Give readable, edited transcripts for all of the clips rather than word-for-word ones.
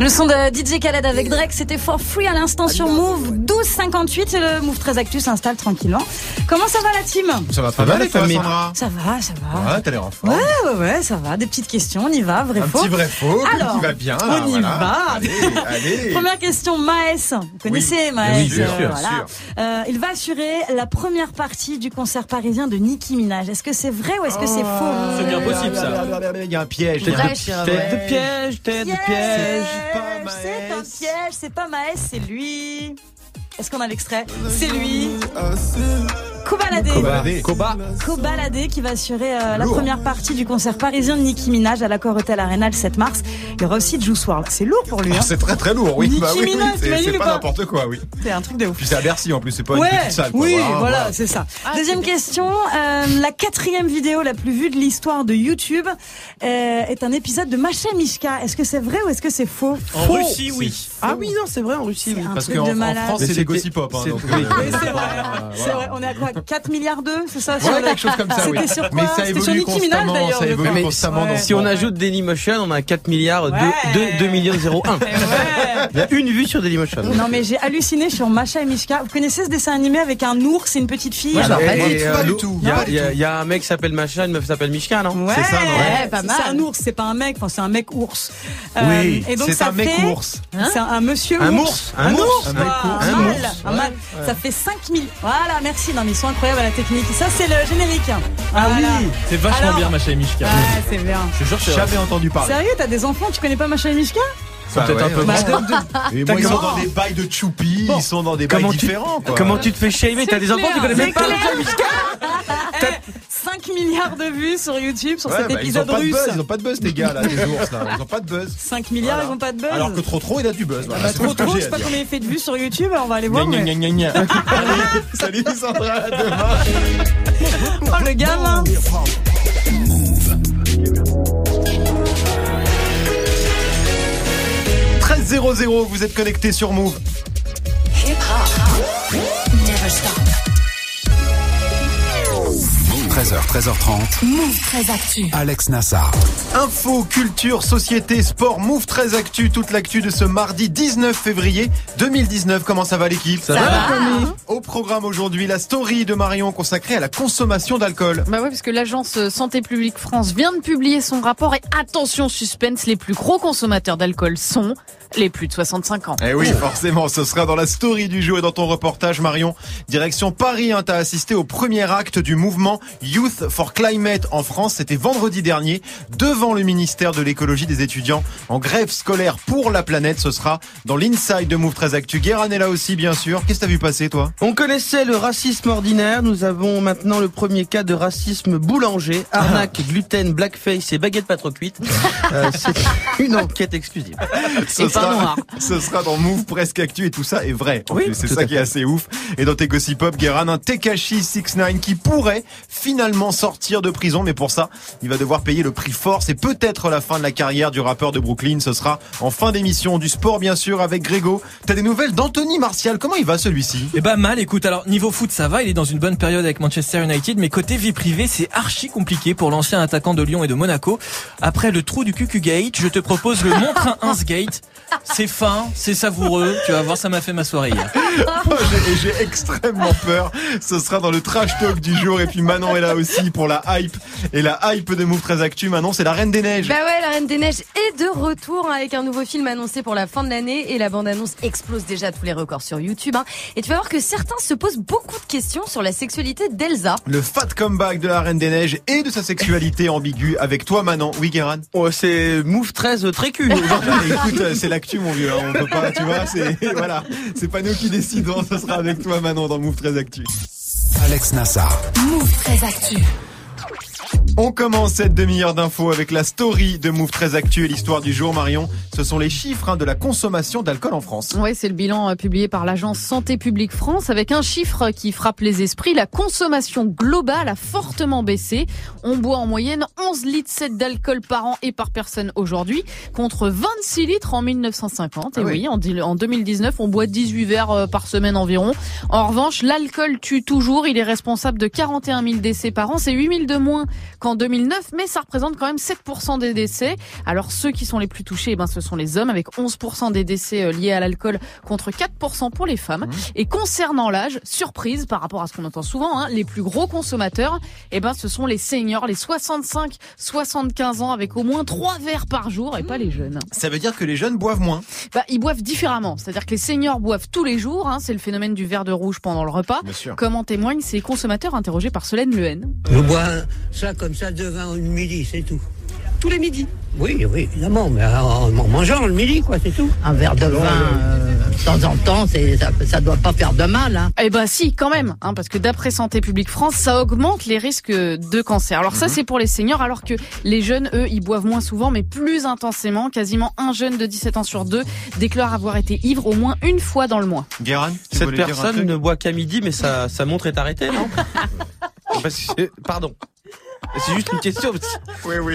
Le son de DJ Khaled avec Drake, c'était For Free à l'instant sur Move. 12h58 et le Move Très Actu s'installe tranquillement. Comment ça va la team? Ça va très bien les familles. Ça va. Ouais, t'as l'air en forme. Ouais, ça va. Des petites questions, on y va, vrai faux. Un petit vrai faux, alors, qui va bien. On y va. Allez. Première question, Maes. Vous connaissez Maes? Oui, bien sûr. Il va assurer la première partie du concert parisien de Nicki Minaj. Est-ce que c'est vrai ou est-ce que c'est faux? C'est bien possible ça. Il y a un piège. Tête de piège. C'est un piège, c'est pas Maes, c'est lui. Est-ce qu'on a l'extrait? C'est lui. Kobalade qui va assurer la première partie du concert parisien de Nicki Minaj à l'Accor Hotel Arena le 7 mars. Il y aura aussi Juice WRLD. C'est lourd pour lui. C'est très très lourd, oui. Nicki Minaj, c'est pas n'importe quoi, oui. C'est un truc de ouf. Puis c'est à Bercy en plus, c'est pas une petite salle. Oui, voilà, c'est ça. Deuxième question. La 4e vidéo la plus vue de l'histoire de YouTube est un épisode de Masha et Mishka. Est-ce que c'est vrai ou est-ce que c'est faux? En Russie, oui. Ah oui, non, c'est vrai, en Russie, oui. Parce qu'en France, c'est les gossip-pop. Oui, c'est vrai. C'est vrai. On est à quoi? 4 milliards d'eux, c'est ça? Ouais, quelque chose comme ça, oui. C'était sur quoi? Mais ça évolue constamment, ça évolue constamment. Si on ajoute Dailymotion, on a 4 milliards, 2 millions 01. Il y a une vue sur Dailymotion. Non, mais j'ai halluciné sur Masha et Mishka. Vous connaissez ce dessin animé avec un ours et une petite fille? Pas du tout. Il y a un mec qui s'appelle Masha, une meuf qui s'appelle Mishka, non? Ouais, c'est ça, non? Ouais, pas mal. C'est un ours, c'est pas un mec, enfin c'est un mec ours. Oui, et donc c'est un mec ours. C'est un monsieur ours. Un mâle. Ça fait 5000. Voilà, merci. Non, mais ils sont incroyables à la technique. Ça, c'est le générique. Ah oui, c'est vachement bien, Masha et Mishka. Ouais, c'est bien. Je te jure, J'ai jamais entendu parler. Sérieux, t'as des enfants, tu connais pas Masha et Mishka? C'est peut-être un peu Et moi, ils sont dans des bails de choupi, ils sont dans des bails différents, quoi. Comment tu te fais shaver? T'as des enfants, tu connais même pas Masha et Mishka? 5 milliards de vues sur YouTube sur cet épisode russe. Ils ont pas de buzz, les gars, là, les ours, là. Ils ont pas de buzz. 5 milliards, ils ont pas de buzz. Alors que trop, il a du buzz. Voilà, trop, je sais pas combien il fait de vues sur YouTube, on va aller voir. Salut Sandra, à demain. Oh, le gamin. 13h00, vous êtes connectés sur Move. Hip hop. Never stop. 13h, 13h30. Move Très Actu. Alex Nassar. Info, culture, société, sport, Move Très Actu. Toute l'actu de ce mardi 19 février 2019. Comment ça va l'équipe? Ça va. Au programme aujourd'hui, la story de Marion consacrée à la consommation d'alcool. Bah ouais, parce que l'agence Santé Publique France vient de publier son rapport et attention suspense, les plus gros consommateurs d'alcool sont les plus de 65 ans. Eh oui, forcément, ce sera dans la story du jour et dans ton reportage, Marion. Direction Paris, t'as assisté au premier acte du mouvement Youth for Climate en France. C'était vendredi dernier, devant le ministère de l'écologie des étudiants en grève scolaire pour la planète. Ce sera dans l'Inside de Move Très Actu. Guérin est là aussi, bien sûr. Qu'est-ce que t'as vu passer, toi? On connaissait le racisme ordinaire. Nous avons maintenant le premier cas de racisme boulanger. Arnaque, gluten, blackface et baguette pas trop cuite. C'est une enquête exclusive. Ce sera dans Move Presque Actu et tout ça est vrai. En oui, plus, c'est ça qui est assez ouf. Et dans tes gossip pop, Guérin, un Tekashi 69 qui pourrait finalement sortir de prison, mais pour ça, il va devoir payer le prix fort. C'est peut-être la fin de la carrière du rappeur de Brooklyn. Ce sera en fin d'émission. Du sport, bien sûr, avec Grégo. T'as des nouvelles d'Anthony Martial. Comment il va, celui-ci? Eh ben, mal, écoute. Alors, niveau foot, ça va. Il est dans une bonne période avec Manchester United, mais côté vie privée, c'est archi compliqué pour l'ancien attaquant de Lyon et de Monaco. Après le trou du Cucu-Gate, je te propose le Montrain-Gate. C'est fin, c'est savoureux. Tu vas voir, ça m'a fait ma soirée hier. J'ai extrêmement peur. Ce sera dans le trash talk du jour. Et puis Manon est là aussi pour la hype. Et la hype de Move Très Actu, Manon, c'est la Reine des Neiges. Bah ouais, la Reine des Neiges est de retour avec un nouveau film annoncé pour la fin de l'année. Et la bande-annonce explose déjà tous les records sur YouTube. Et tu vas voir que certains se posent beaucoup de questions sur la sexualité d'Elsa. Le fat comeback de la Reine des Neiges et de sa sexualité ambiguë avec toi, Manon. Oui, Guérin. Oh, c'est Move 13 très cul. Écoute, c'est l'actu, mon vieux. On peut pas, tu vois, voilà. C'est pas nous qui décidons. Ce sera avec toi, Manon, dans Move Très Actu. Alex Nassar. Move Très Actu. On commence cette demi-heure d'infos avec la story de Move Très Actu et l'histoire du jour, Marion. Ce sont les chiffres de la consommation d'alcool en France. Ouais, c'est le bilan publié par l'agence Santé Publique France avec un chiffre qui frappe les esprits. La consommation globale a fortement baissé. On boit en moyenne 11 litres 7 d'alcool par an et par personne aujourd'hui, contre 26 litres en 1950. Et oui, en 2019, on boit 18 verres par semaine environ. En revanche, l'alcool tue toujours. Il est responsable de 41 000 décès par an. C'est 8 000 de moins qu'en 2009, mais ça représente quand même 7% des décès. Alors ceux qui sont les plus touchés, ce sont les hommes, avec 11% des décès liés à l'alcool contre 4% pour les femmes. Et concernant l'âge, surprise par rapport à ce qu'on entend souvent, les plus gros consommateurs, ce sont les seniors, les 65-75 ans avec au moins 3 verres par jour et pas les jeunes. Ça veut dire que les jeunes boivent moins. Ils boivent différemment. C'est-à-dire que les seniors boivent tous les jours. C'est le phénomène du verre de rouge pendant le repas. Comme en témoignent ces consommateurs interrogés par Solène Lehen. Je bois ça comme ça de vin le midi, c'est tout. Tous les midis? Oui, évidemment, mais en mangeant le midi, c'est tout. Un verre de vin, de temps en temps, ça doit pas faire de mal. Si, quand même, parce que d'après Santé publique France, ça augmente les risques de cancer. Alors ça, c'est pour les seniors, alors que les jeunes, eux, ils boivent moins souvent, mais plus intensément. Quasiment un jeune de 17 ans sur 2 déclare avoir été ivre au moins une fois dans le mois. Guérin, cette personne ne boit qu'à midi, mais sa montre est arrêtée, non? Pardon. C'est juste une question. Oui.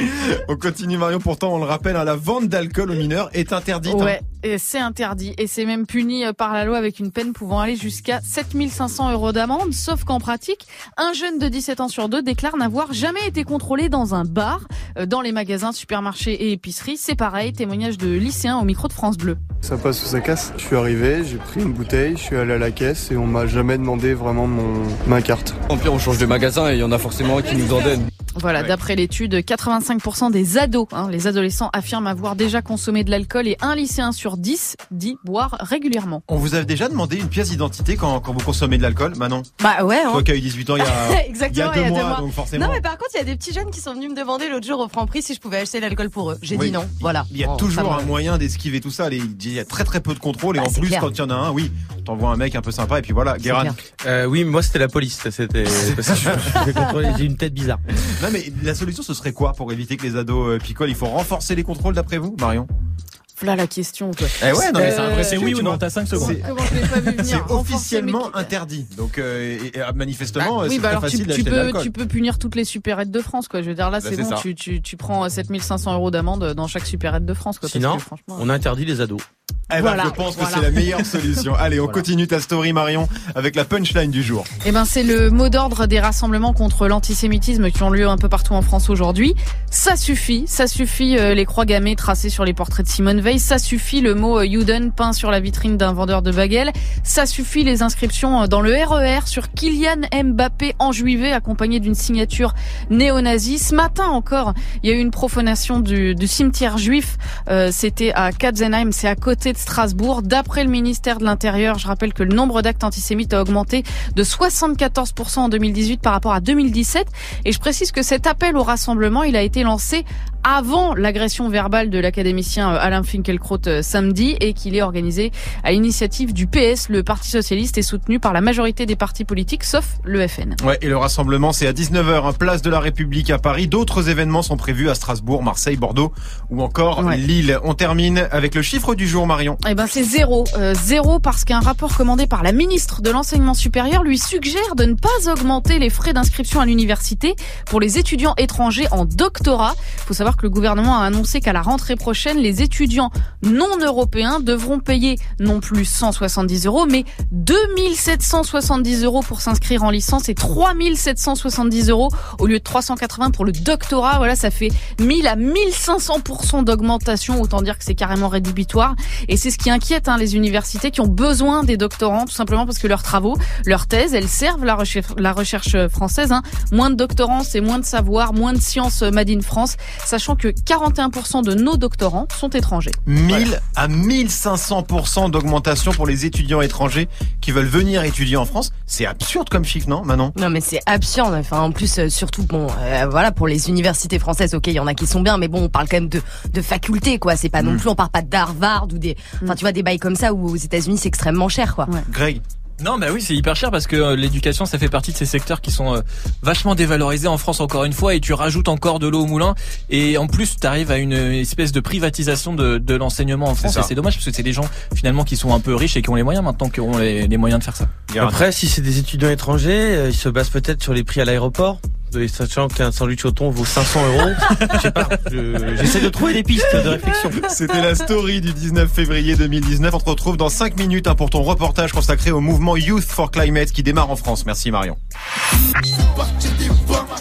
On continue, Marion. Pourtant, on le rappelle, la vente d'alcool aux mineurs est interdite. Ouais, et c'est interdit. Et c'est même puni par la loi avec une peine pouvant aller jusqu'à 7 500 € d'amende. Sauf qu'en pratique, un jeune de 17 ans sur 2 déclare n'avoir jamais été contrôlé dans un bar, dans les magasins, supermarchés et épiceries. C'est pareil, témoignage de lycéen au micro de France Bleu. Ça passe ou ça casse. Je suis arrivé, j'ai pris une bouteille, je suis allé à la caisse et on m'a jamais demandé vraiment ma carte. En pire, on change de magasin et il y en a forcément un qui nous en donne. Voilà, d'après l'étude, 85% des ados, les adolescents affirment avoir déjà consommé de l'alcool et un lycéen sur 10 dit boire régulièrement. On vous a déjà demandé une pièce d'identité quand vous consommez de l'alcool, Manon? Ouais. Toi qui as eu 18 ans il y a 2 mois, donc forcément. Non, mais par contre, il y a des petits jeunes qui sont venus me demander l'autre jour au Franprix si je pouvais acheter l'alcool pour eux. J'ai dit non, voilà. Il y a toujours un moyen d'esquiver tout ça. Il y a très très peu de contrôle et en plus, quand il y en a un, t'envoies un mec un peu sympa et puis voilà. Guérin. Oui, moi c'était la police. C'était parce que je contrôler, j'ai une tête bizarre. Non, mais la solution, ce serait quoi pour éviter que les ados picolent? Il faut renforcer les contrôles d'après vous, Marion? Voilà la question. Ouais, non, mais c'est un vrai. C'est oui ou non? T'as 5 secondes. Comment je l'ai pas vu venir? C'est officiellement interdit. Donc, manifestement, c'est très facile d'acheter de l'alcool. Tu peux punir toutes les supérettes de France, quoi. Je veux dire, là, c'est bon. Ça. Tu prends 7 500 € d'amende dans chaque supérette de France, quoi. Sinon, parce que, franchement, on interdit les ados. Je pense que c'est la meilleure solution. Allez, on continue ta story, Marion, avec la punchline du jour. C'est le mot d'ordre des rassemblements contre l'antisémitisme qui ont lieu un peu partout en France aujourd'hui. Ça suffit les croix gammées tracées sur les portraits de Simone Veil. Ça suffit le mot Juden peint sur la vitrine d'un vendeur de bagels. Ça suffit les inscriptions dans le RER sur Kylian Mbappé enjuivé accompagné d'une signature néo-nazie. Ce matin encore, il y a eu une profanation du cimetière juif. C'était à Katzenheim, c'est à côté de Strasbourg. D'après le ministère de l'Intérieur, je rappelle que le nombre d'actes antisémites a augmenté de 74% en 2018 par rapport à 2017. Et je précise que cet appel au rassemblement, il a été lancé avant l'agression verbale de l'académicien Alain Finkielkraut samedi et qu'il est organisé à l'initiative du PS. Le Parti Socialiste est soutenu par la majorité des partis politiques, sauf le FN. Ouais, et le rassemblement, c'est à 19h, place de la République à Paris. D'autres événements sont prévus à Strasbourg, Marseille, Bordeaux ou encore Lille. On termine avec le chiffre du jour, Marion. C'est zéro. Zéro parce qu'un rapport commandé par la ministre de l'Enseignement supérieur lui suggère de ne pas augmenter les frais d'inscription à l'université pour les étudiants étrangers en doctorat. Il faut savoir que le gouvernement a annoncé qu'à la rentrée prochaine, les étudiants non européens devront payer non plus 170 €, mais 2770 € pour s'inscrire en licence et 3770 € au lieu de 380 pour le doctorat. Voilà, ça fait 1000 à 1500% d'augmentation. Autant dire que c'est carrément rédhibitoire. Et c'est ce qui inquiète les universités qui ont besoin des doctorants, tout simplement parce que leurs travaux, leurs thèses, elles servent la recherche française. Moins de doctorants, c'est moins de savoir, moins de sciences made in France, sachant que 41% de nos doctorants sont étrangers. 1000 à 1500% d'augmentation pour les étudiants étrangers qui veulent venir étudier en France. C'est absurde comme chiffre, non, Manon? Non, mais c'est absurde. Enfin, en plus, surtout, pour les universités françaises, ok, il y en a qui sont bien, mais bon, on parle quand même de facultés, quoi. C'est pas non plus, on parle pas d'Harvard ou des bails comme ça où aux États-Unis c'est extrêmement cher, quoi. Ouais. Greg? Non, oui, c'est hyper cher parce que l'éducation, ça fait partie de ces secteurs qui sont vachement dévalorisés en France encore une fois, et tu rajoutes encore de l'eau au moulin, et en plus t'arrives à une espèce de privatisation de l'enseignement en France, et c'est dommage parce que c'est des gens finalement qui sont un peu riches et qui ont les moyens maintenant, qui auront les moyens de faire ça. Après, si c'est des étudiants étrangers, ils se basent peut-être sur les prix à l'aéroport. Sachant qu'un sandwich au thon vaut 500 €. Je sais pas, j'essaie de trouver des pistes de réflexion. C'était la story du 19 février 2019. On te retrouve dans 5 minutes pour ton reportage consacré au mouvement Youth for Climate qui démarre en France. Merci Marion.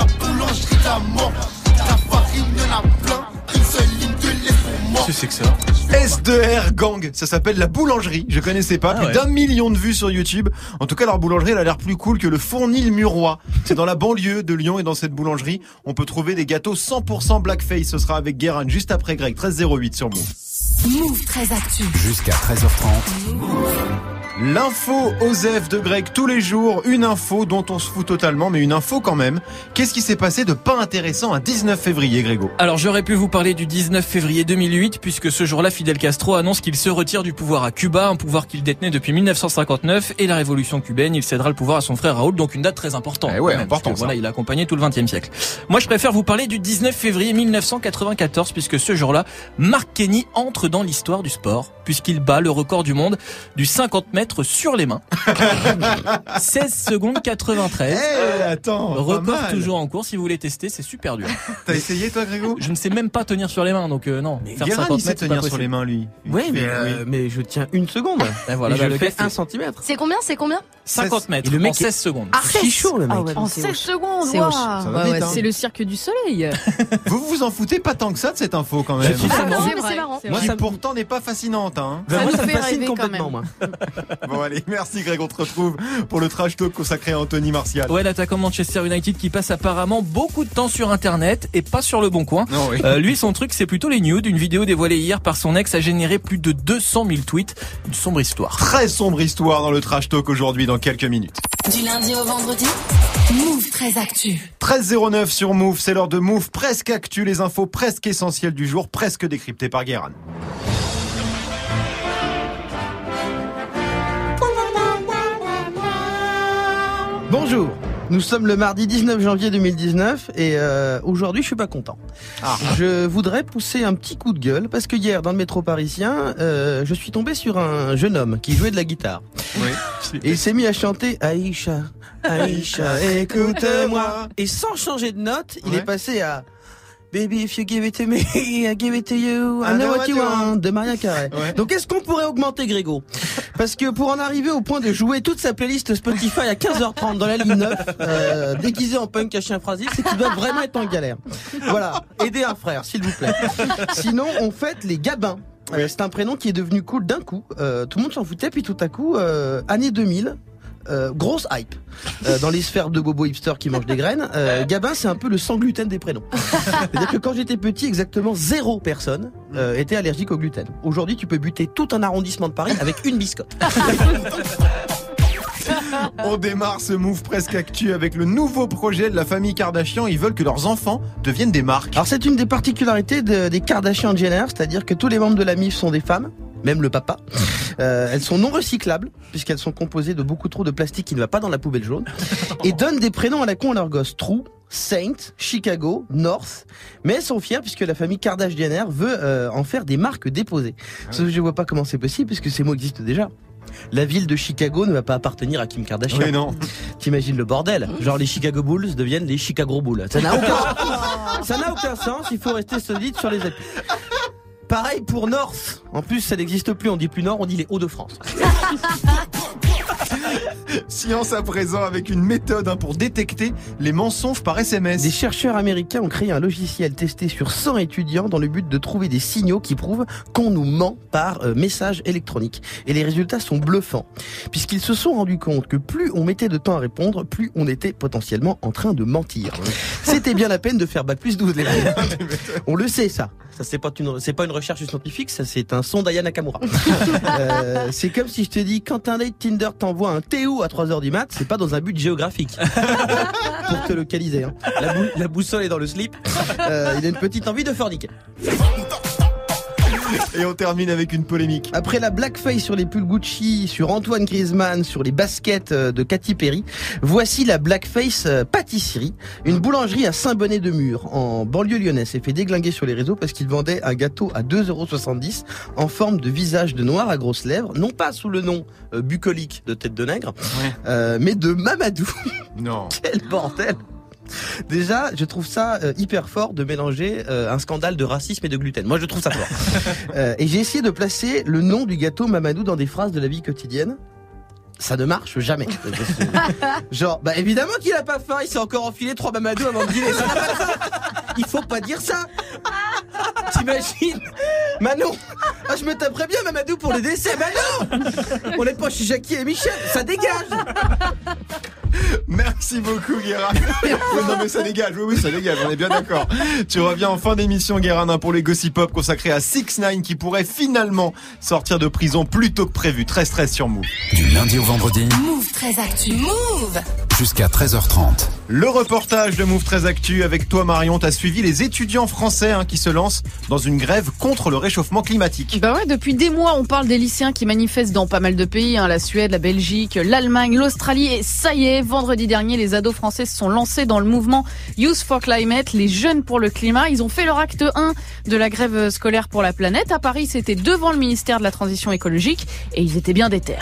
la boulangerie de la mort. La farine, y'en a plein. Une seule ligne de lait pour moi. C'est que ça. S2R Gang, ça s'appelle La Boulangerie. Je connaissais pas. Plus d'1 million de vues sur YouTube. En tout cas, leur boulangerie, elle a l'air plus cool que le Fournil-Murois. C'est dans la banlieue de Lyon et dans cette boulangerie, on peut trouver des gâteaux 100% blackface. Ce sera avec Guérin juste après Greg. 13h08 sur Move. Move très actu. Jusqu'à 13h30. L'info Osef de Greg tous les jours, une info dont on se fout totalement, mais une info quand même. Qu'est-ce qui s'est passé de pas intéressant un 19 février, Grégo? Alors j'aurais pu vous parler du 19 février 2008, puisque ce jour-là, Fidel Castro annonce qu'il se retire du pouvoir à Cuba, un pouvoir qu'il détenait depuis 1959, et la révolution cubaine, il cédera le pouvoir à son frère Raoul, donc une date très importante. Ouais, même, important. Voilà, il a accompagné tout le XXe siècle. Moi, je préfère vous parler du 19 février 1994, puisque ce jour-là, Mark Kenny entre dans l'histoire du sport, puisqu'il bat le record du monde du 50 mètres sur les mains. 16 secondes 93. Attends, record toujours en cours. Si vous voulez tester, c'est super dur. T'as essayé toi, Grégo? Je ne sais même pas tenir sur les mains, donc non. Mais faire Guérin, 50 il sait mètres, tenir sur les mains, lui. Oui, mais je tiens une seconde. Ben voilà, et bah, je le fais gars, 1 centimètre. C'est combien 50 mètres Et le mec en 16 secondes. C'est chaud, le mec. Ah ouais, En c'est 16 hoche. secondes, C'est hoche. waouh. Ça va vite, hein. C'est le cirque du soleil. Vous vous en foutez pas tant que ça de cette info quand même. Je suis Ah, tellement- non, mais mais c'est c'est marrant. marrant. Moi, Qui ça me- pourtant n'est pas fascinante, hein. Ben, Ça moi, nous ça me fait fascine rêver quand complètement, même. moi. Bon allez, merci Greg, on te retrouve pour le trash talk consacré à Anthony Martial. Ouais, l'attaquant Manchester United qui passe apparemment beaucoup de temps sur Internet et pas sur le bon coin. Non, oui. Lui, son truc, c'est plutôt les nudes. Une vidéo dévoilée hier par son ex a généré plus de 200 000 tweets. Une sombre histoire. Très sombre histoire dans le trash talk aujourd'hui dans quelques minutes. Du lundi au vendredi, Move très actu. 13h09 sur Move, c'est l'heure de Move presque actu, les infos presque essentielles du jour, presque décryptées par Guérin. Bonjour, nous sommes le mardi 19 janvier 2019 et aujourd'hui je suis pas content. Je voudrais pousser un petit coup de gueule parce que hier dans le métro parisien, je suis tombé sur un jeune homme qui jouait de la guitare. Oui. Et il s'est mis à chanter Aïcha, Aïcha, écoute-moi. Et sans changer de note, il est passé à Baby, if you give it to me, I give it to you. I know what you want de Maria Carey. Ouais. Donc, est-ce qu'on pourrait augmenter Grégo? Parce que pour en arriver au point de jouer toute sa playlist Spotify à 15h30 dans la ligne 9, déguisé en punk à chien frasé, c'est qu'il doit vraiment être en galère. Voilà. Aidez un frère, s'il vous plaît. Sinon, on fête les Gabins. C'est un prénom qui est devenu cool d'un coup. Tout le monde s'en foutait, puis tout à coup, année 2000, grosse hype dans les sphères de bobo hipster qui mangent des graines. Gabin, c'est un peu le sans gluten des prénoms. C'est-à-dire que quand j'étais petit, exactement 0 personne était allergique au gluten. Aujourd'hui, tu peux buter tout un arrondissement de Paris avec une biscotte. On démarre ce Move presque actu avec le nouveau projet de la famille Kardashian. Ils veulent que leurs enfants deviennent des marques. Alors c'est une des particularités des Kardashian-Jenner, c'est-à-dire que tous les membres de la MIF sont des femmes. Même le papa. Elles sont non recyclables, puisqu'elles sont composées de beaucoup trop de plastique qui ne va pas dans la poubelle jaune. Et donnent des prénoms à la con à leurs gosses. True, Saint, Chicago, North. Mais elles sont fières, puisque la famille Kardashian-Jenner veut en faire des marques déposées. Sauf que je vois pas comment c'est possible, puisque ces mots existent déjà. La ville de Chicago ne va pas appartenir à Kim Kardashian. Oui, non. T'imagines le bordel? Genre les Chicago Bulls deviennent les Chicago Bulls. Ça n'a aucun sens, il faut rester solide sur les appuis. Pareil pour North. En plus, ça n'existe plus, on dit plus Nord, on dit les Hauts-de-France. Science à présent avec une méthode pour détecter les mensonges par SMS. Des chercheurs américains ont créé un logiciel testé sur 100 étudiants dans le but de trouver des signaux qui prouvent qu'on nous ment par message électronique. Et les résultats sont bluffants, puisqu'ils se sont rendus compte que plus on mettait de temps à répondre, plus on était potentiellement en train de mentir. C'était bien la peine de faire bac+12 les gars. On le sait ça. Ça c'est pas une recherche scientifique, ça c'est un son d'Aya Nakamura. C'est comme si je te dis quand un date Tinder t'envoie un Théo à 3h du mat, c'est pas dans un but géographique. Pour te localiser. Hein. La boussole est dans le slip. Il a une petite envie de forniquer. Et on termine avec une polémique. Après la blackface sur les pulls Gucci, sur Antoine Griezmann, sur les baskets de Katy Perry, voici la blackface pâtisserie. Une boulangerie à Saint-Bonnet-de-Mur, en banlieue lyonnaise, s'est fait déglinguer sur les réseaux parce qu'il vendait un gâteau à 2,70 € en forme de visage de noir à grosses lèvres, non pas sous le nom bucolique de tête de nègre, mais de Mamadou. Non. Quel bordel! Déjà, je trouve ça hyper fort de mélanger un scandale de racisme et de gluten. Moi, je trouve ça fort. Et j'ai essayé de placer le nom du gâteau Mamadou dans des phrases de la vie quotidienne. ça ne marche jamais. Genre, bah évidemment qu'il a pas faim, il s'est encore enfilé 3 Mamadou avant de dîner. Ça n'a pas faim. Il faut pas dire ça. T'imagines Manon, je me taperais bien Mamadou pour le décès. Manon, on n'est pas chez Jackie et Michel, ça dégage. Merci beaucoup Guérin. Non mais ça dégage, oui ça dégage, on est bien d'accord. Tu reviens en fin d'émission Guérin pour les Gossip Pop consacrés à 6ix9ine qui pourrait finalement sortir de prison plus tôt que prévu. 13-13 sur Move. Du lundi au vendredi. Move 13 Actu. Move. Jusqu'à 13h30. Le reportage de Move 13 Actu avec toi Marion, t'as suivi les étudiants français qui se lancent dans une grève contre le réchauffement climatique. Bah ouais, depuis des mois on parle des lycéens qui manifestent dans pas mal de pays, la Suède, la Belgique, l'Allemagne, l'Australie, et ça y est, vendredi dernier les ados français se sont lancés dans le mouvement Youth for Climate, les jeunes pour le climat. Ils ont fait leur acte 1 de la grève scolaire pour la planète. À Paris, c'était devant le ministère de la Transition écologique et ils étaient bien déter.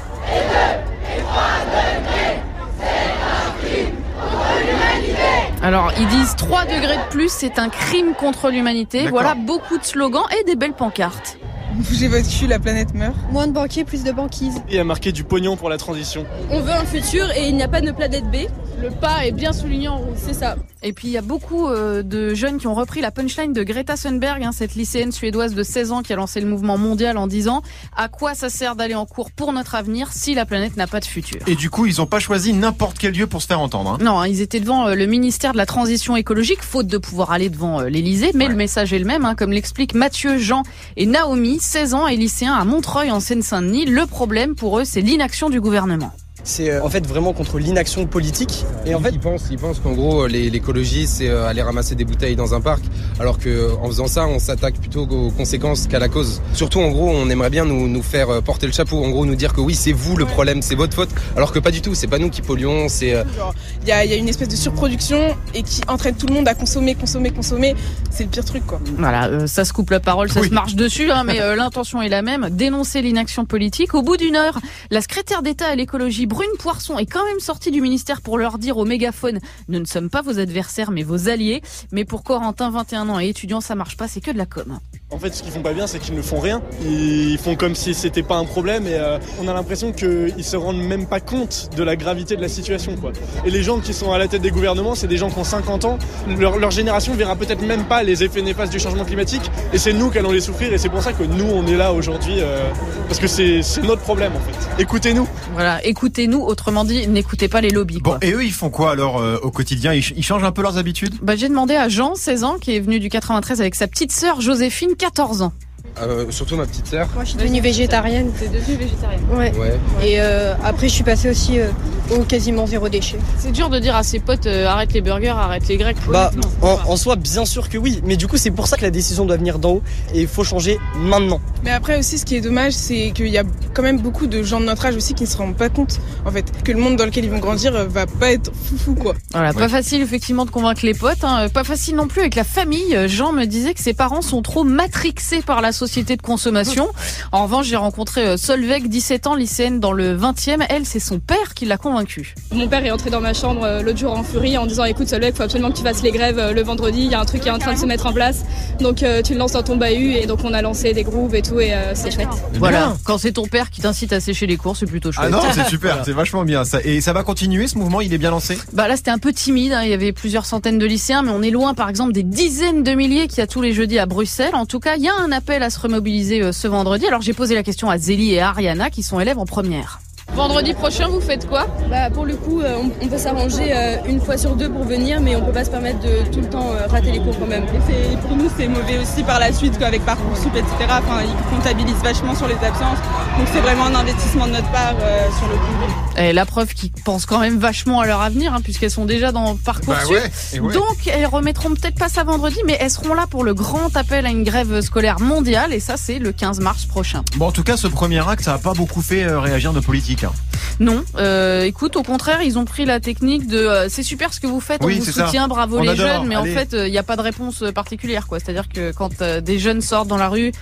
Alors, ils disent 3 degrés de plus, c'est un crime contre l'humanité. D'accord. Voilà beaucoup de slogans et des belles pancartes. Bougez votre cul, la planète meurt. Moins de banquiers, plus de banquise. Il y a marqué du pognon pour la transition. On veut un futur et il n'y a pas de planète B. Le pas est bien souligné en rouge. C'est ça. Et puis il y a beaucoup de jeunes qui ont repris la punchline de Greta Thunberg, cette lycéenne suédoise de 16 ans qui a lancé le mouvement mondial en disant « À quoi ça sert d'aller en cours pour notre avenir si la planète n'a pas de futur ?» Et du coup, ils n'ont pas choisi n'importe quel lieu pour se faire entendre. Non, ils étaient devant le ministère de la Transition écologique, faute de pouvoir aller devant l'Elysée, mais le message est le même, comme l'expliquent Mathieu, Jean et Naomi, 16 ans et lycéens à Montreuil en Seine-Saint-Denis. Le problème pour eux, c'est l'inaction du gouvernement. C'est en fait vraiment contre l'inaction politique. Et en fait, ils pensent qu'en gros l'écologie c'est aller ramasser des bouteilles dans un parc, alors que en faisant ça on s'attaque plutôt aux conséquences qu'à la cause. Surtout en gros on aimerait bien nous faire porter le chapeau, en gros nous dire que oui c'est vous le problème, c'est votre faute, alors que pas du tout, c'est pas nous qui polluons. C'est il y a une espèce de surproduction et qui entraîne tout le monde à consommer. C'est le pire truc quoi. Voilà, ça se coupe la parole, ça se marche dessus, mais l'intention est la même, dénoncer l'inaction politique. Au bout d'une heure, la secrétaire d'État à l'écologie Brune Poirson est quand même sortie du ministère pour leur dire au mégaphone « Nous ne sommes pas vos adversaires mais vos alliés ». Mais pour Corentin, 21 ans et étudiant, ça marche pas, c'est que de la com. En fait, ce qu'ils font pas bien, c'est qu'ils ne font rien. Ils font comme si c'était pas un problème et on a l'impression qu'ils se rendent même pas compte de la gravité de la situation, quoi. Et les gens qui sont à la tête des gouvernements, c'est des gens qui ont 50 ans. Leur génération verra peut-être même pas les effets néfastes du changement climatique et c'est nous qui allons les souffrir et c'est pour ça que nous, on est là aujourd'hui parce que c'est notre problème, en fait. Écoutez-nous. Voilà, écoutez-nous, autrement dit, n'écoutez pas les lobbies. Bon, et eux, ils font quoi alors au quotidien ? Ils changent un peu leurs habitudes ? J'ai demandé à Jean, 16 ans, qui est venu du 93 avec sa petite sœur Joséphine, 14 ans. Surtout ma petite sœur. Moi je suis devenue végétarienne. T'es devenue végétarienne ? Ouais. Et après je suis passée aussi au quasiment zéro déchet. C'est dur de dire à ses potes arrête les burgers, arrête les grecs. En soi, bien sûr que oui. Mais du coup, c'est pour ça que la décision doit venir d'en haut et il faut changer maintenant. Mais après aussi, ce qui est dommage, c'est qu'il y a quand même beaucoup de gens de notre âge aussi qui ne se rendent pas compte, en fait, que le monde dans lequel ils vont grandir va pas être foufou, quoi. Voilà, pas facile effectivement de convaincre les potes, pas facile non plus avec la famille. Jean me disait que ses parents sont trop matrixés par la société de consommation. En revanche, j'ai rencontré Solveig, 17 ans, lycéenne dans le 20e. Elle, c'est son père qui l'a convaincue. Mon père est entré dans ma chambre l'autre jour en furie en disant écoute Solveig, il faut absolument que tu fasses les grèves le vendredi, il y a un truc qui est en train de se mettre en place. Donc tu le lances dans ton bahut et donc on a lancé des grooves et tout et c'est chouette. Voilà, quand c'est ton père qui t'incite à sécher les cours, c'est plutôt chouette. Ah non, c'est super, c'est vachement bien ça. Et ça va continuer ce mouvement, il est bien lancé ? Là c'était un peu timide, il y avait plusieurs centaines de lycéens, mais on est loin par exemple des dizaines de milliers qu'il y a tous les jeudis à Bruxelles. En tout cas, il y a un appel à se remobiliser ce vendredi. Alors j'ai posé la question à Zélie et à Ariana qui sont élèves en première. Vendredi prochain, vous faites quoi ? Pour le coup, on peut s'arranger une fois sur deux pour venir, mais on peut pas se permettre de tout le temps rater les cours quand même. Et pour nous, c'est mauvais aussi par la suite, avec Parcoursup, etc. Ils comptabilisent vachement sur les absences, donc c'est vraiment un investissement de notre part sur le coup. Et la preuve qu'ils pensent quand même vachement à leur avenir, puisqu'elles sont déjà dans Parcoursup. Ouais. Donc elles remettront peut-être pas ça vendredi, mais elles seront là pour le grand appel à une grève scolaire mondiale, et ça c'est le 15 mars prochain. Bon, en tout cas, ce premier acte, ça a pas beaucoup fait réagir nos politiques. Non, écoute, au contraire, ils ont pris la technique de c'est super ce que vous faites, on vous soutient, bravo les jeunes, mais allez. En fait, il n'y a pas de réponse particulière, quoi. C'est-à-dire que quand des jeunes sortent dans la rue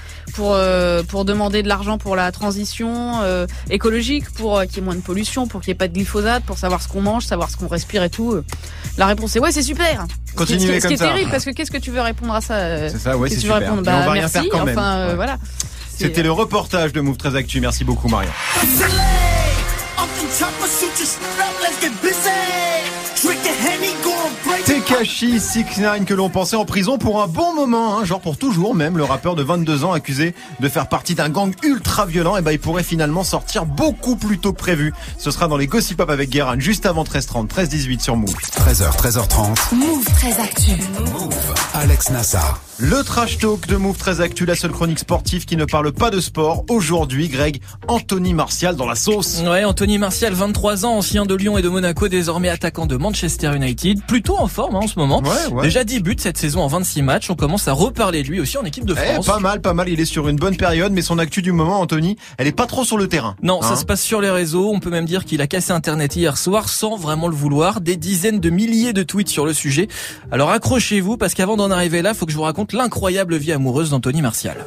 pour demander de l'argent pour la transition écologique, pour qu'il y ait moins de pollution, pour qu'il n'y ait pas de glyphosate, pour savoir ce qu'on mange, savoir ce qu'on respire et tout, la réponse est ouais, c'est super. Continuez comme ça. Ce qui est terrible, parce que qu'est-ce que tu veux répondre à ça ? C'est ça, ouais, c'est super. Répondre, on va rien merci, faire quand même. Voilà. C'était le reportage de Move 13 Actu. Merci beaucoup, Marion. Tekashi 6ix9ine que l'on pensait en prison pour un bon moment, hein, genre pour toujours même. Le rappeur de 22 ans accusé de faire partie d'un gang ultra violent, et il pourrait finalement sortir beaucoup plus tôt que prévu. Ce sera dans les Gossip Pop avec Guérin juste avant 13h30, 13h18 sur Move. 13h, 13h30. Move très actu. Move. Alex Nassar. Le trash talk de Move très actu, la seule chronique sportive qui ne parle pas de sport. Aujourd'hui, Greg, Anthony Martial dans la sauce. Ouais, Anthony Martial, 23 ans, ancien de Lyon et de Monaco, désormais attaquant de Manchester United. Plutôt en forme en ce moment. Ouais. Déjà 10 buts cette saison en 26 matchs. On commence à reparler de lui aussi en équipe de France. Pas mal. Il est sur une bonne période, mais son actu du moment, Anthony, elle est pas trop sur le terrain. Non, ça se passe sur les réseaux. On peut même dire qu'il a cassé Internet hier soir sans vraiment le vouloir. Des dizaines de milliers de tweets sur le sujet. Alors accrochez-vous parce qu'avant d'en arriver là, faut que je vous raconte l'incroyable vie amoureuse d'Anthony Martial.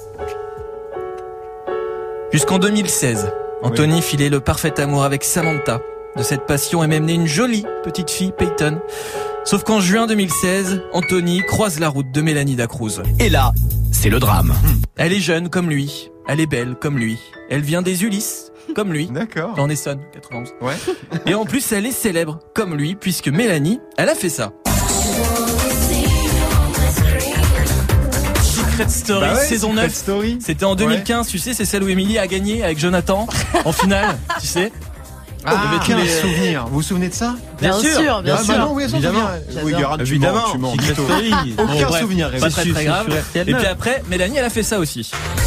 Jusqu'en 2016, Anthony filait le parfait amour avec Samantha. De cette passion est même née une jolie petite fille, Peyton. Sauf qu'en juin 2016, Anthony croise la route de Mélanie Dacruz. Et là, c'est le drame. Elle est jeune comme lui, elle est belle comme lui, elle vient des Ulysses comme lui. D'accord. Dans Essonne, 91. Ouais. Et en plus, elle est célèbre comme lui, puisque Mélanie, elle a fait ça. Secret Story, saison 9. Story. C'était en 2015, tu sais, c'est celle où Émilie a gagné avec Jonathan en finale, tu sais. Quel souvenir. Vous vous souvenez de ça? Bien sûr. Non, oui, évidemment. Oui, Garant, évidemment. Aucun souvenir. Pas très grave. Et puis après, Mélanie, elle a fait ça aussi.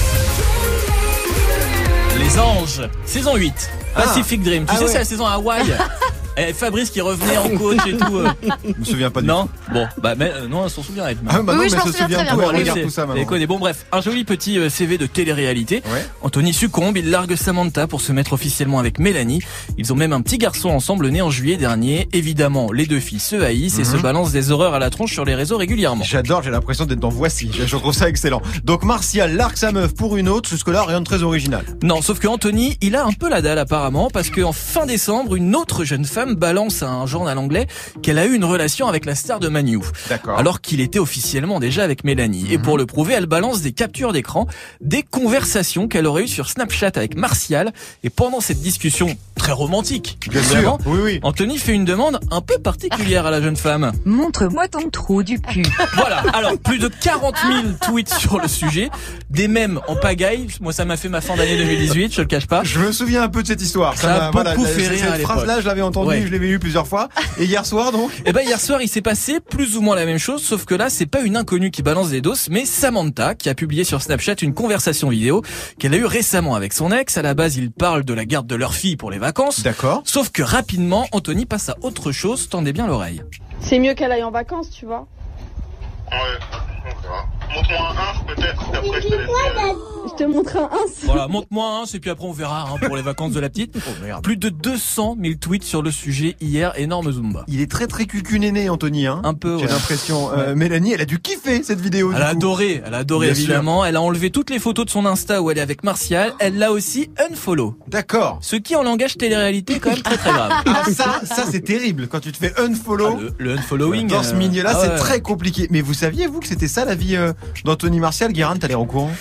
Les Anges, saison 8. Pacific Dream. Tu sais, c'est la saison à Hawaï. Et Fabrice qui revenait en coach et tout. Je me souviens pas du tout. Non, non, elle s'en souvient elle. Mais se souvient tout. Elle regarde tout ça maintenant. Bon bref, un joli petit CV de télé-réalité. Ouais. Anthony succombe, il largue Samantha pour se mettre officiellement avec Mélanie. Ils ont même un petit garçon ensemble né en juillet dernier. Évidemment, les deux filles se haïssent et se balancent des horreurs à la tronche sur les réseaux régulièrement. J'adore, j'ai l'impression d'être dans Voici. Je trouve ça excellent. Donc Martial largue sa meuf pour une autre, jusque là rien de très original. Non, sauf que Anthony, il a un peu la dalle apparemment parce qu'en fin décembre, une autre jeune femme balance à un journal anglais qu'elle a eu une relation avec la star de Man U. D'accord. Alors qu'il était officiellement déjà avec Mélanie. Et pour le prouver, elle balance des captures d'écran, des conversations qu'elle aurait eues sur Snapchat avec Martial. Et pendant cette discussion très romantique, bien sûr, oui. Anthony fait une demande un peu particulière à la jeune femme. Montre-moi ton trou du cul. Voilà. Alors, plus de 40 000 tweets sur le sujet, des mèmes en pagaille. Moi, ça m'a fait ma fin d'année 2018, je le cache pas. Je me souviens un peu de cette histoire. Ça m'a beaucoup fait rire. Cette phrase-là, je l'avais entendue, je l'avais lu plusieurs fois. Et hier soir, donc? Hier soir, il s'est passé plus ou moins la même chose, sauf que là, c'est pas une inconnue qui balance des doses, mais Samantha, qui a publié sur Snapchat une conversation vidéo qu'elle a eue récemment avec son ex. À la base, ils parlent de la garde de leur fille pour les vacances. D'accord. Sauf que rapidement, Anthony passe à autre chose. Tendez bien l'oreille. C'est mieux qu'elle aille en vacances, tu vois. Ouais, on verra. Montre-moi un peut-être, et après je te laisse. Je te montre un 1. Voilà, montre-moi un, et puis après on verra pour les vacances de la petite. Plus de 200 000 tweets sur le sujet hier, énorme Zumba. Il est très cucu-néné, Anthony. Hein. Un peu, j'ai l'impression. Mélanie, elle a dû kiffer cette vidéo. Elle a adoré évidemment. Sûr. Elle a enlevé toutes les photos de son Insta où elle est avec Martial. Elle l'a aussi unfollow. D'accord. Ce qui en langage télé-réalité est quand même très grave. Ça c'est terrible. Quand tu te fais unfollow. Le unfollowing. Dans ce milieu-là, c'est très compliqué. Mais vous saviez, vous, que c'était ça la vie d'Anthony Martial? Guérin, t'as l'air au courant?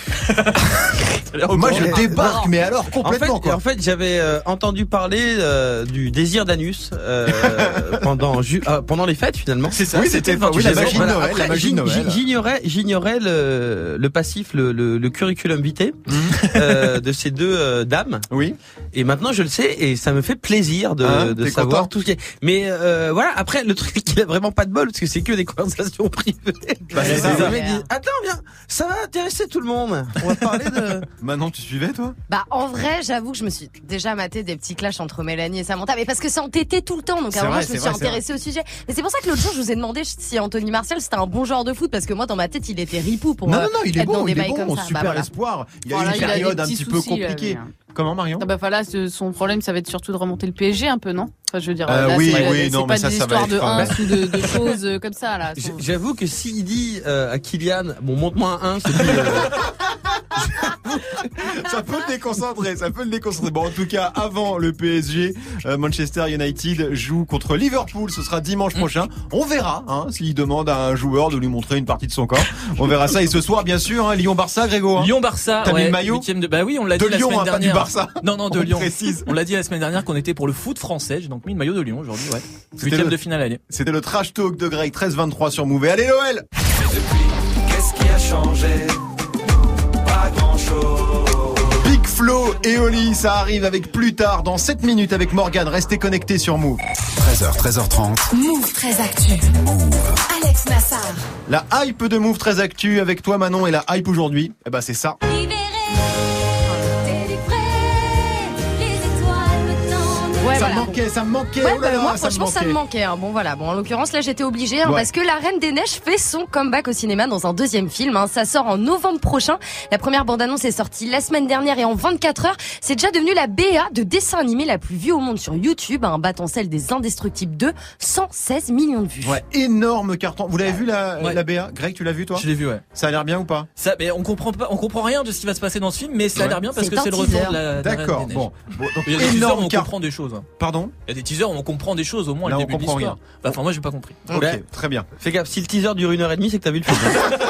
Moi je débarque, mais alors complètement en fait j'avais entendu parler du désir d'anus pendant les fêtes finalement. C'est ça. Oui, c'était la magie de Noël. J'ignorais le passif, le curriculum vitae de ces deux dames. Oui. Et maintenant je le sais et ça me fait plaisir de savoir content. Tout ce qui est. Mais voilà, après le truc il a vraiment pas de bol parce que c'est que des conversations privées. Les mecs disent attends viens, ça va intéresser tout le monde. On va parler de. Manon, tu suivais toi? En vrai, j'avoue que je me suis déjà maté des petits clashs entre Mélanie et Samantha, mais parce que c'est entêté tout le temps, donc à un moment je me suis intéressée au sujet. Mais c'est pour ça que l'autre jour je vous ai demandé si Anthony Martial c'était un bon genre de foot, parce que moi dans ma tête il était ripou pour non, il est être bon, dans des bails bon, comme ça. Super espoir. Il y a une période un petit peu compliquée. Comment, Marion? Là, son problème, ça va être surtout de remonter le PSG un peu, non? Enfin, je veux dire, non, mais ça va être de 1 ou de choses comme ça, là. J'avoue que s'il dit à Kylian, bon, montre-moi un 1, c'est plus, Ça peut le déconcentrer. Bon, en tout cas, avant le PSG, Manchester United joue contre Liverpool. Ce sera dimanche prochain. On verra, s'il demande à un joueur de lui montrer une partie de son corps. On verra ça. Et ce soir, bien sûr, Lyon-Barça, Grégo. Lyon-Barça. T'as mis le maillot? Bah oui, on l'a dit la Lyon, semaine dernière. Pas du Barça. Non, de Lyon. Précise. On l'a dit la semaine dernière qu'on était pour le foot français. J'ai donc mis le maillot de Lyon aujourd'hui, ouais. Huitième de finale, allez. C'était le trash talk de Greg, 13-23 sur Move. Allez, Noël! Qu'est-ce qui a changé? Pas grand-chose. Big Flo et Oli, ça arrive avec plus tard dans 7 minutes avec Morgane. Restez connectés sur Move. 13h, 13h30. Move très actu. Alex Nassar. La hype de Move très actu avec toi Manon et la hype aujourd'hui, c'est ça. Ouais, ça, voilà. ça me manquait. Ouais, Oh là là, moi, ça franchement, ça me manquait. Bon, voilà. Bon, en l'occurrence, là, j'étais obligée, parce que La Reine des Neiges fait son comeback au cinéma dans un deuxième film. Ça sort en novembre prochain. La première bande-annonce est sortie la semaine dernière et en 24 heures, c'est déjà devenu la BA de dessin animé la plus vue au monde sur YouTube, battant celle des Indestructibles 2, 116 millions de vues. Ouais, énorme carton. Vous l'avez vu la BA? Greg, tu l'as vu toi? Je l'ai vu, ouais. Ça a l'air bien ou pas? Ça, mais on comprend rien de ce qui va se passer dans ce film, mais ça a l'air bien parce que c'est le retour de la D'accord. Reine des Neiges. Bon, donc il y a des teasers où on comprend des choses. Pardon? Il y a des teasers où on comprend des choses, au moins là, le début de l'histoire. Enfin, moi, j'ai pas compris. Ok, très bien. Fais gaffe, si le teaser dure 1h30, c'est que t'as vu le film.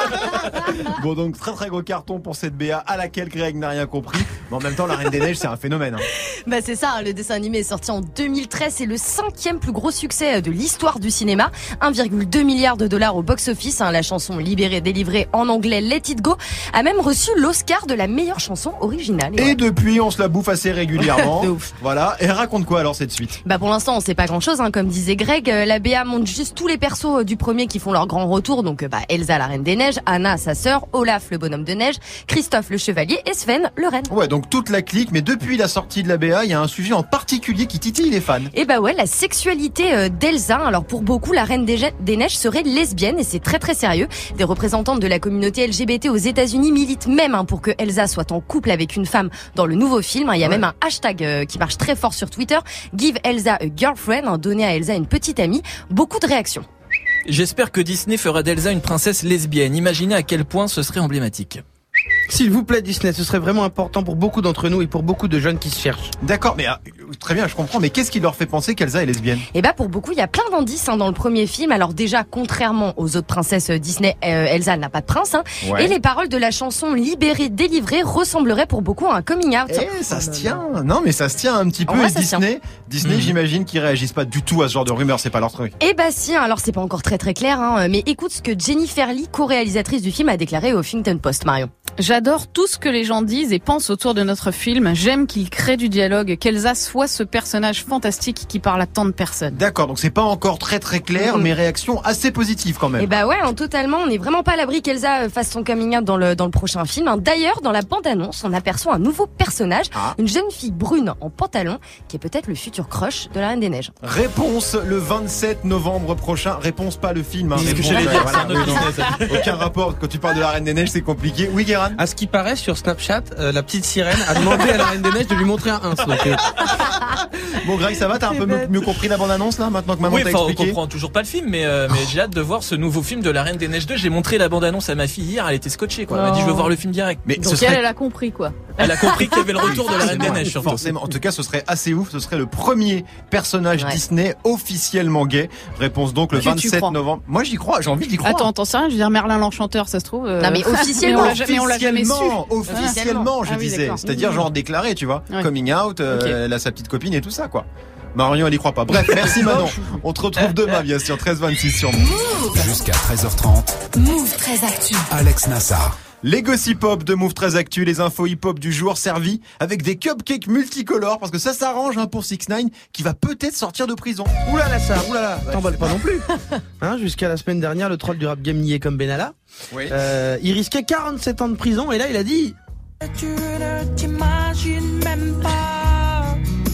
Bon, donc très très gros carton pour cette BA à laquelle Greg n'a rien compris. Mais en même temps, La Reine des Neiges, c'est un phénomène. C'est ça, le dessin animé est sorti en 2013. C'est le 5e plus gros succès de l'histoire du cinéma. 1,2 milliard de dollars au box-office. La chanson Libérée, délivrée en anglais Let It Go a même reçu l'Oscar de la meilleure chanson originale. Et depuis, on se la bouffe assez régulièrement. De ouf. Voilà. Et raconte quoi alors cette suite? Pour l'instant, on sait pas grand-chose, comme disait Greg. La BA montre juste tous les persos du premier qui font leur grand retour. Donc, Elsa, la Reine des Neiges, Anna, sa sœur, Olaf, le bonhomme de neige, Christophe, le chevalier et Sven, le renne. Ouais, donc toute la clique. Mais depuis la sortie de la BA, il y a un sujet en particulier qui titille les fans. Et la sexualité d'Elsa. Alors pour beaucoup, la Reine des Neiges serait lesbienne et c'est très très sérieux. Des représentantes de la communauté LGBT aux États-Unis militent même pour que Elsa soit en couple avec une femme dans le nouveau film. Il y a même un hashtag qui marche très fort sur Twitter, Give Elsa a girlfriend, donner à Elsa une petite amie. Beaucoup de réactions. J'espère que Disney fera d'Elsa une princesse lesbienne. Imaginez à quel point ce serait emblématique. S'il vous plaît Disney, ce serait vraiment important pour beaucoup d'entre nous et pour beaucoup de jeunes qui se cherchent. D'accord, mais très bien, je comprends, mais qu'est-ce qui leur fait penser qu'Elsa est lesbienne? Pour beaucoup, il y a plein d'indices dans le premier film. Alors déjà, contrairement aux autres princesses Disney, Elsa n'a pas de prince. Ouais. Et les paroles de la chanson Libérée, délivrée ressembleraient pour beaucoup à un coming out. Ça se tient. Non, mais ça se tient un petit peu. Ouais, Et Disney, j'imagine qu'ils réagissent pas du tout à ce genre de rumeurs, c'est pas leur truc. Si, alors c'est pas encore très très clair, mais écoute ce que Jennifer Lee, co-réalisatrice du film, a déclaré au Huffington Post, Marion. J'adore tout ce que les gens disent et pensent autour de notre film. J'aime qu'il crée du dialogue, qu'Elsa soit ce personnage fantastique qui parle à tant de personnes. D'accord, donc c'est pas encore très très clair, mais réaction assez positive quand même. Totalement. On n'est vraiment pas à l'abri qu'Elsa fasse son coming out dans le prochain film. D'ailleurs, dans la bande-annonce, on aperçoit un nouveau personnage, une jeune fille brune en pantalon, qui est peut-être le futur crush de la Reine des Neiges. Réponse le 27 novembre prochain. Réponse pas le film. C'est ce que j'allais dire, c'est un autre business. Aucun rapport. Quand tu parles de la Reine des Neiges, c'est compliqué. Oui, Guérin. À ce qui paraît, sur Snapchat, la petite sirène a demandé à la Reine des Neiges de lui montrer un 1. Bon, Greg, ça va? T'as un peu mieux compris la bande-annonce là, maintenant que maman t'a expliqué? On comprend toujours pas le film, mais j'ai hâte de voir ce nouveau film de la Reine des Neiges 2. J'ai montré la bande-annonce à ma fille hier, elle était scotchée, quoi. Elle m'a dit, je veux voir le film direct. Mais donc elle a compris, quoi. Elle a compris qu'il y avait le retour de la Reine des Neiges, surtout. Forcément. En tout cas, ce serait assez ouf. Ce serait le premier personnage Disney officiellement gay. Réponse donc le 27 novembre. Moi, j'y crois. J'ai envie d'y croire. Attends, c'est rien. Je veux dire, Merlin l'Enchanteur, ça se trouve. Non, mais officiellement. mais on l'a jamais su. Officiellement, je disais. C'est-à-dire genre déclaré, tu vois. Coming out, elle a sa petite copine et tout ça, quoi. Marion, elle y croit pas. Bref, merci Manon. On te retrouve demain, bien sûr, 13h26 sur Move. Jusqu'à 13h30. Move très actu. Alex Nassar. Les gossip hop de Move très actu, les infos hip hop du jour servis avec des cupcakes multicolores parce que ça s'arrange pour 6ix9ine qui va peut-être sortir de prison. Oulala ça, oulala, t'emballes pas non plus. Jusqu'à la semaine dernière, le troll du rap game niais comme Benalla. Oui. Il risquait 47 ans de prison et là il a dit. Tu ne t'imagines même pas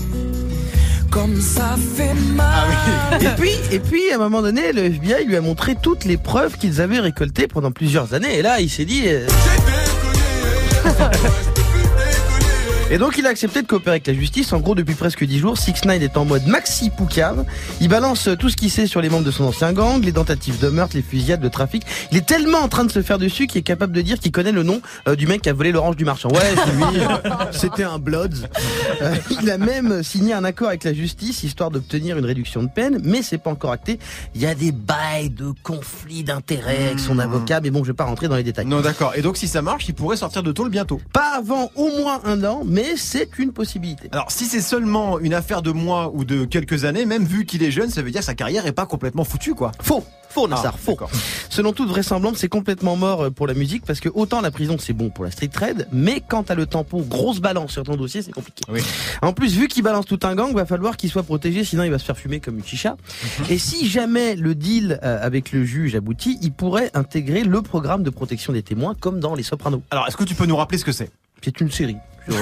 comme ça fait mal. Et puis, à un moment donné, le FBI lui a montré toutes les preuves qu'ils avaient récoltées pendant plusieurs années. Et là, il s'est dit... Et donc il a accepté de coopérer avec la justice. En gros, depuis presque 10 jours, 6ix9ine est en mode maxi poucave. Il balance tout ce qu'il sait sur les membres de son ancien gang, les tentatives de meurtre, les fusillades, le trafic. Il est tellement en train de se faire dessus qu'il est capable de dire qu'il connaît le nom du mec qui a volé l'orange du marchand. Ouais, c'est lui. C'était un Bloods. Il a même signé un accord avec la justice histoire d'obtenir une réduction de peine, mais c'est pas encore acté. Il y a des bails de conflits d'intérêts avec son avocat, mais bon, je vais pas rentrer dans les détails. Non, d'accord. Et donc, si ça marche, il pourrait sortir de tôle bientôt. Pas avant au moins 1 an, mais c'est une possibilité. Alors, si c'est seulement une affaire de mois ou de quelques années, même vu qu'il est jeune, ça veut dire que sa carrière est pas complètement foutue, quoi. Faux, Nassar, faux. Selon toute vraisemblance, c'est complètement mort pour la musique parce que autant la prison c'est bon pour la street trade, mais quand t'as le tempo grosse balance sur ton dossier, c'est compliqué. Oui. En plus, vu qu'il balance tout un gang, va falloir qu'il soit protégé, sinon il va se faire fumer comme une chicha. Et si jamais le deal avec le juge aboutit, il pourrait intégrer le programme de protection des témoins comme dans Les Sopranos. Alors, est-ce que tu peux nous rappeler ce que c'est? C'est une série sur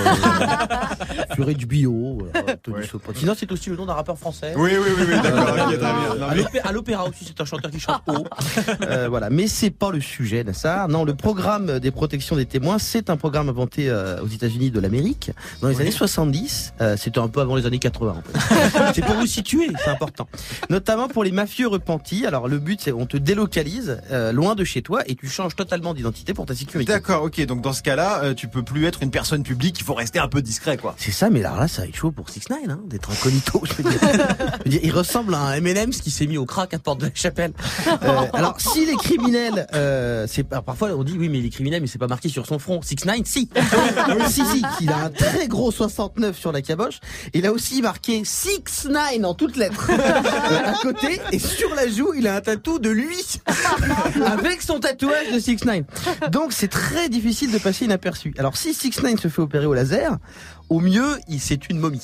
HBO. Tony Soprano. Sinon, c'est aussi le nom d'un rappeur français. Oui, d'accord. Okay, très bien. À l'opéra aussi, c'est un chanteur qui chante haut. Voilà, mais c'est pas le sujet, Nassar. Non, le programme des protections des témoins, c'est un programme inventé aux États-Unis de l'Amérique dans les années 70. C'était un peu avant les années 80. En fait. C'est pour vous situer, c'est important. Notamment pour les mafieux repentis. Alors, le but, c'est on te délocalise loin de chez toi et tu changes totalement d'identité pour ta sécurité. D'accord, ok. Donc dans ce cas-là, tu peux plus être une personne publique. Il faut rester un peu discret, quoi. C'est ça, mais alors là, ça va être chaud pour 6ix9ine, hein, d'être incognito. Je veux dire, il ressemble à un M&M's qui s'est mis au crack à Porte de la Chapelle. Alors, si les criminels, parfois on dit oui, mais les criminels, mais c'est pas marqué sur son front. 6ix9ine, si. si, il a un très gros 69 sur la caboche. Il a aussi marqué 6ix9ine en toutes lettres à côté, et sur la joue, il a un tatou de lui avec son tatouage de 6ix9ine. Donc, c'est très difficile de passer inaperçu. Alors, si 6ix9ine se fait opérer au laser, au mieux, c'est une momie.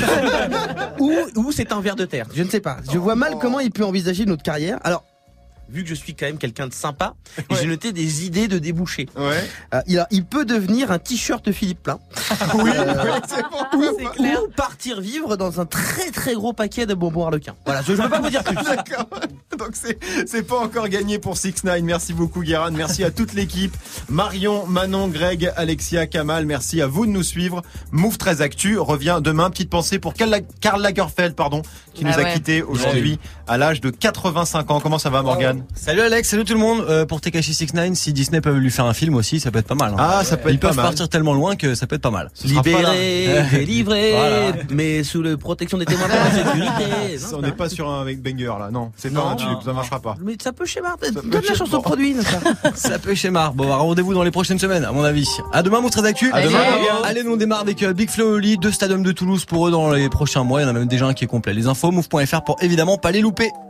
ou c'est un ver de terre. Je ne sais pas. Je vois mal comment il peut envisager notre carrière. Alors, vu que je suis quand même quelqu'un de sympa, j'ai noté des idées de débouchés. Il peut devenir un t-shirt Philippe Plein. C'est clair. Ou partir vivre dans un très très gros paquet de bonbons Harlequin. Voilà, je ne peux pas vous dire plus. D'accord. Donc c'est pas encore gagné pour 6ix9ine. Merci beaucoup Guérin, merci à toute l'équipe. Marion, Manon, Greg, Alexia, Kamal, merci à vous de nous suivre. Move 13 Actu revient demain. Petite pensée pour Karl Lagerfeld, qui nous a quittés aujourd'hui à l'âge de 85 ans. Comment ça va, Morgane? Salut Alex, salut tout le monde. Pour Tekashi 6ix9ine, si Disney peut lui faire un film aussi, ça peut être pas mal. Hein. Ah, ça peut être Ils pas peuvent mal. partir tellement loin que ça peut être pas mal. Libéré, délivré, voilà. Mais sous la protection des témoins de la sécurité. On n'est pas sur un banger là, non. C'est pas un tube, ça marchera pas. Mais ça peut schémar. Donne la chanson produit. Ça peut schémar. Bon, rendez-vous dans les prochaines semaines, à mon avis. À demain, Move 13 Actu. À demain. Allez, nous on démarre avec Big Flo et Oli, 2 stadiums de Toulouse pour eux dans les prochains mois. Il y en a même déjà un qui est complet. Les infos, move.fr pour évidemment pas les louper.